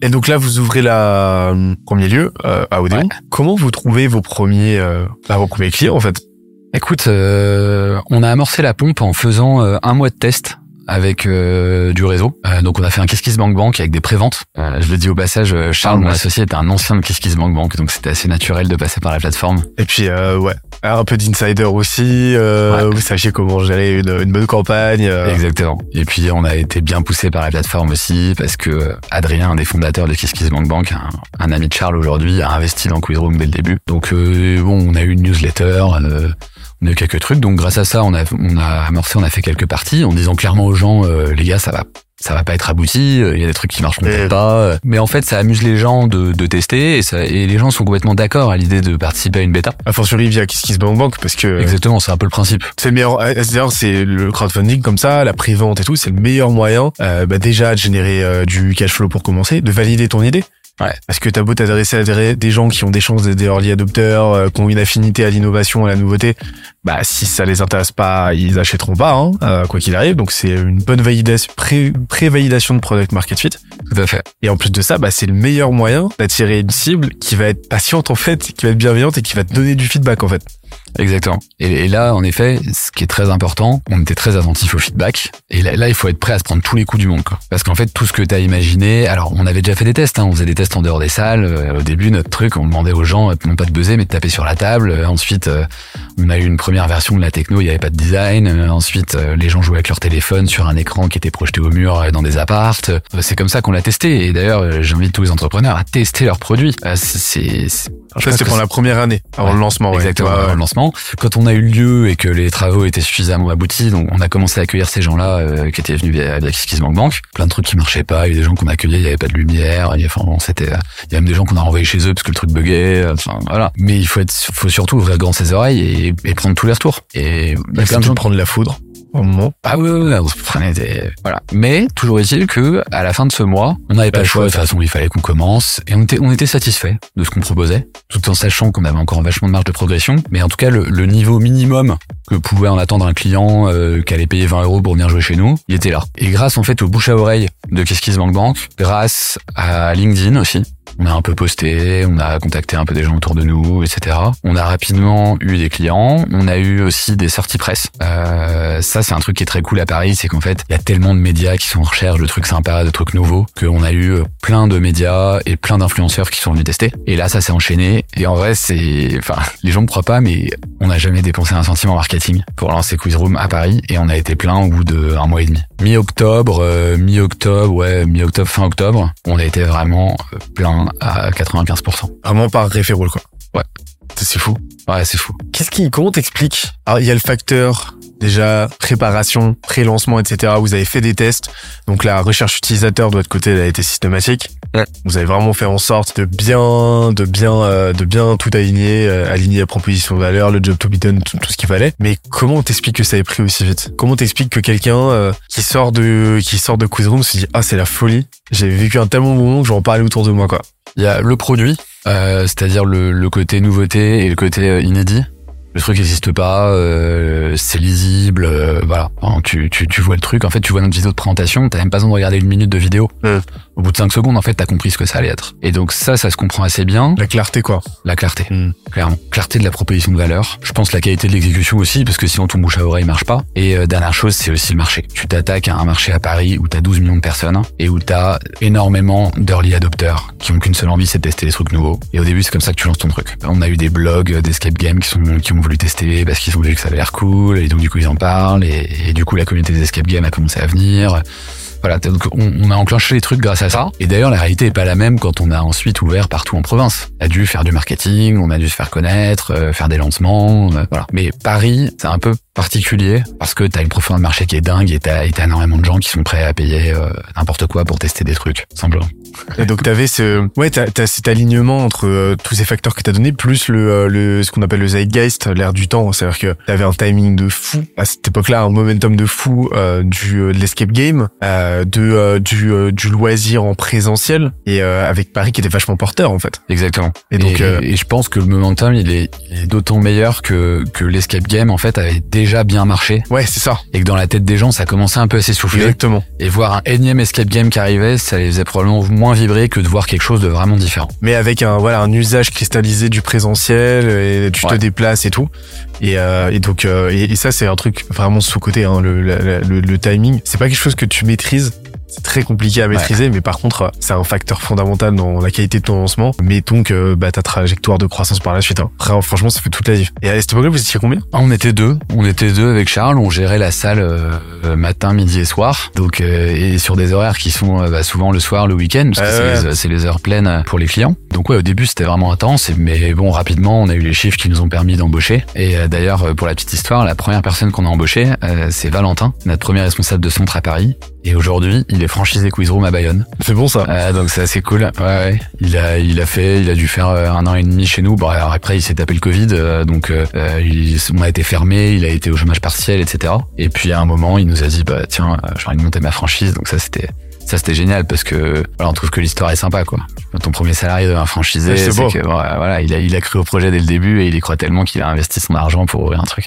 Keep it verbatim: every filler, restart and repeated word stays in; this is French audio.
Et donc là, vous ouvrez la premier lieu euh, à Odéon. Ouais. Comment vous trouvez vos premiers, euh, bah, vos premiers clients en fait? Écoute, euh, on a amorcé la pompe en faisant euh, un mois de test avec euh, du réseau. Euh, donc on a fait un KissKissBankBank avec des préventes. Euh, je le dis au passage, Charles, ah, mon associé, était un ancien de KissKissBankBank, donc c'était assez naturel de passer par la plateforme. Et puis euh, ouais, un peu d'insider aussi. Euh, ouais. Vous sachiez comment gérer une, une bonne campagne. Euh. Exactement. Et puis on a été bien poussé par la plateforme aussi parce que Adrien, un des fondateurs de KissKissBankBank, un, un ami de Charles aujourd'hui, a investi dans Quizroom dès le début. Donc euh, bon, on a eu une newsletter. Euh, On a eu quelques trucs, donc grâce à ça, on a on a amorcé, on a fait quelques parties en disant clairement aux gens, euh, les gars, ça va ça va pas être abouti, il y a des trucs qui marcheront peut-être pas, mais en fait, ça amuse les gens de de tester et ça et les gens sont complètement d'accord à l'idée de participer à une bêta. A fortiori via KissKissBankBank parce que exactement, c'est un peu le principe. C'est le meilleur, c'est-à-dire c'est le crowdfunding comme ça, la pré-vente et tout, c'est le meilleur moyen, euh, bah déjà de générer euh, du cash flow pour commencer, de valider ton idée. Ouais. Parce que t'as beau t'adresser à des gens qui ont des chances d'être des early adopteurs, euh, qui ont une affinité à l'innovation, à la nouveauté, bah si ça les intéresse pas, ils achèteront pas, hein, euh, quoi qu'il arrive. Donc c'est une bonne validation, pré, pré-validation de product market fit. Tout à fait. Et en plus de ça, bah c'est le meilleur moyen d'attirer une cible qui va être patiente en fait, qui va être bienveillante et qui va te donner du feedback en fait. Exactement. Et, et là, en effet, ce qui est très important, on était très attentif au feedback. Et là, là, il faut être prêt à se prendre tous les coups du monde, quoi. Parce qu'en fait, tout ce que t'as imaginé, alors on avait déjà fait des tests, hein, on faisait des tests en dehors des salles. Euh, au début, notre truc, on demandait aux gens, non pas de buzzer, mais de taper sur la table. Euh, ensuite, euh, on a eu une première version de la techno, il n'y avait pas de design. Euh, ensuite, euh, les gens jouaient avec leur téléphone sur un écran qui était projeté au mur euh, dans des appartes. Euh, c'est comme ça qu'on l'a testé. Et d'ailleurs, euh, j'invite tous les entrepreneurs à tester leurs produits. Euh, c'est, c'est Je pense que c'est pendant la première année, avant ouais, le lancement. Exactement, ouais. avant ouais. le lancement. Quand on a eu lieu et que les travaux étaient suffisamment aboutis, donc on a commencé à accueillir ces gens-là euh, qui étaient venus via, via KissKissBankBank. Plein de trucs qui marchaient pas. Il y a des gens qu'on a accueillis, il y avait pas de lumière. Il y a, enfin, bon, c'était, il y a même des gens qu'on a renvoyés chez eux parce que le truc buguait. Enfin, voilà. Mais il faut être, faut surtout ouvrir grand ses oreilles et, et prendre tous les retours. Et il y a plein de gens prendre la foudre. Au moment. Ah oui, oui, oui, on se prenait des... Voilà. Mais, toujours est-il que, à la fin de ce mois, on n'avait pas le choix. De toute façon, il fallait qu'on commence. Et on était, on était satisfait de ce qu'on proposait. Tout en sachant qu'on avait encore vachement de marge de progression. Mais en tout cas, le, le niveau minimum que pouvait en attendre un client, euh, qui allait payer vingt euros pour venir jouer chez nous, il était là. Et grâce, en fait, au bouche à oreille de KissKissBankBank, grâce à LinkedIn aussi, on a un peu posté, on a contacté un peu des gens autour de nous, et cetera. On a rapidement eu des clients. On a eu aussi des sorties presse. Euh, ça, c'est un truc qui est très cool à Paris, c'est qu'en fait, il y a tellement de médias qui sont en recherche de trucs sympas, de trucs nouveaux, qu'on a eu plein de médias et plein d'influenceurs qui sont venus tester. Et là, ça s'est enchaîné. Et en vrai, c'est, enfin, les gens me croient pas, mais on n'a jamais dépensé un centime en marketing pour lancer Quizroom à Paris. Et on a été plein au bout d'un mois et demi. Mi-octobre, euh, mi-octobre, ouais, mi-octobre, fin octobre, on a été vraiment plein à quatre-vingt-quinze pour cent. Vraiment par referral, quoi. Ouais. C'est fou. Ouais, c'est fou. Qu'est-ce qui, comment t'expliques? Alors, il y a le facteur, déjà, préparation, pré-lancement, et cetera. Vous avez fait des tests. Donc, la recherche utilisateur de votre côté, elle a été systématique. Ouais. Vous avez vraiment fait en sorte de bien, de bien, euh, de bien tout aligner, euh, aligner la proposition de valeur, le job to be done, tout, tout ce qu'il fallait. Mais comment t'expliques que ça ait pris aussi vite? Comment t'expliques que quelqu'un, euh, qui sort de, qui sort de Quizroom se dit, ah, c'est la folie. J'ai vécu un tel bon moment que j'en parlais autour de moi, quoi. Il y a le produit, euh, c'est-à-dire le, le côté nouveauté et le côté euh, inédit. Le truc n'existe pas, euh, c'est lisible, euh, voilà. Enfin, tu, tu, tu vois le truc, en fait, tu vois notre vidéo de présentation, t'as même pas besoin de regarder une minute de vidéo. Mmh. Au bout de cinq secondes, en fait, t'as compris ce que ça allait être. Et donc ça, ça se comprend assez bien. La clarté, quoi. La clarté, mmh. clairement. Clarté de la proposition de valeur. Je pense la qualité de l'exécution aussi, parce que sinon ton bouche à oreille marche pas. Et euh, dernière chose, c'est aussi le marché. Tu t'attaques à un marché à Paris où t'as douze millions de personnes et où t'as énormément d'early adopters qui ont qu'une seule envie, c'est de tester des trucs nouveaux. Et au début, c'est comme ça que tu lances ton truc. On a eu des blogs d'escape game qui sont qui ont voulu tester parce qu'ils ont vu que ça avait l'air cool et donc du coup ils en parlent et, et du coup la communauté des escape games a commencé à venir. Voilà, donc on, on a enclenché les trucs grâce à ça. Et d'ailleurs, la réalité est pas la même quand on a ensuite ouvert partout en province. On a dû faire du marketing, on a dû se faire connaître, euh, faire des lancements, euh, voilà. Mais Paris, c'est un peu particulier parce que t'as une profondeur de marché qui est dingue et t'as, et t'as énormément de gens qui sont prêts à payer euh, n'importe quoi pour tester des trucs, simplement. Et donc t'avais ce, ouais, t'as, t'as cet alignement entre euh, tous ces facteurs que t'as donné, plus le, euh, le, ce qu'on appelle le zeitgeist, l'air du temps. C'est-à-dire que t'avais un timing de fou à cette époque-là, un momentum de fou euh, du euh, de l'escape game, euh, de euh, du euh, du loisir en présentiel et euh, avec Paris qui était vachement porteur en fait. Exactement. Et donc, et, euh, et je pense que le momentum il est, il est d'autant meilleur que que l'escape game en fait avait déjà bien marché. Ouais, c'est ça. Et que dans la tête des gens, ça commençait un peu à s'essouffler. Exactement. Et voir un énième escape game qui arrivait, ça les faisait probablement moins vibrer que de voir quelque chose de vraiment différent. Mais avec un voilà un usage cristallisé du présentiel et tu ouais. te déplaces et tout. Et, euh, et donc euh, et, et ça c'est un truc vraiment sous-côté hein, le, le, le, le timing. C'est pas quelque chose que tu maîtrises. C'est très compliqué à maîtriser, ouais. mais par contre, c'est un facteur fondamental dans la qualité de ton lancement. Mettons que bah, ta trajectoire de croissance par la suite. Hein. Après, franchement, ça fait toute la vie. Et à cette époque-là, vous étiez combien ? On était deux. On était deux avec Charles. On gérait la salle euh, matin, midi et soir. Donc, euh, et sur des horaires qui sont euh, bah, souvent le soir, le week-end, parce que euh, c'est, ouais. les, c'est les heures pleines pour les clients. Donc ouais, au début, c'était vraiment intense. Mais bon, rapidement, on a eu les chiffres qui nous ont permis d'embaucher. Et euh, d'ailleurs, pour la petite histoire, la première personne qu'on a embauchée, euh, c'est Valentin, notre premier responsable de centre à Paris. Et aujourd'hui, il est franchisé Quiz Room à Bayonne. C'est bon ça. Euh, donc c'est assez cool. Ouais, ouais. Il a, il a fait, il a dû faire un an et demi chez nous. Bon, alors après, il s'est tapé le Covid, euh, donc euh, il, on a été fermé, il a été au chômage partiel, et cetera. Et puis à un moment, il nous a dit, bah tiens, j'ai envie de monter ma franchise. Donc ça, c'était, ça c'était génial parce que voilà, on trouve que l'histoire est sympa, quoi. Ton premier salarié devient franchisé, ouais, c'est, c'est que voilà, il a, il a cru au projet dès le début et il y croit tellement qu'il a investi son argent pour ouvrir un truc.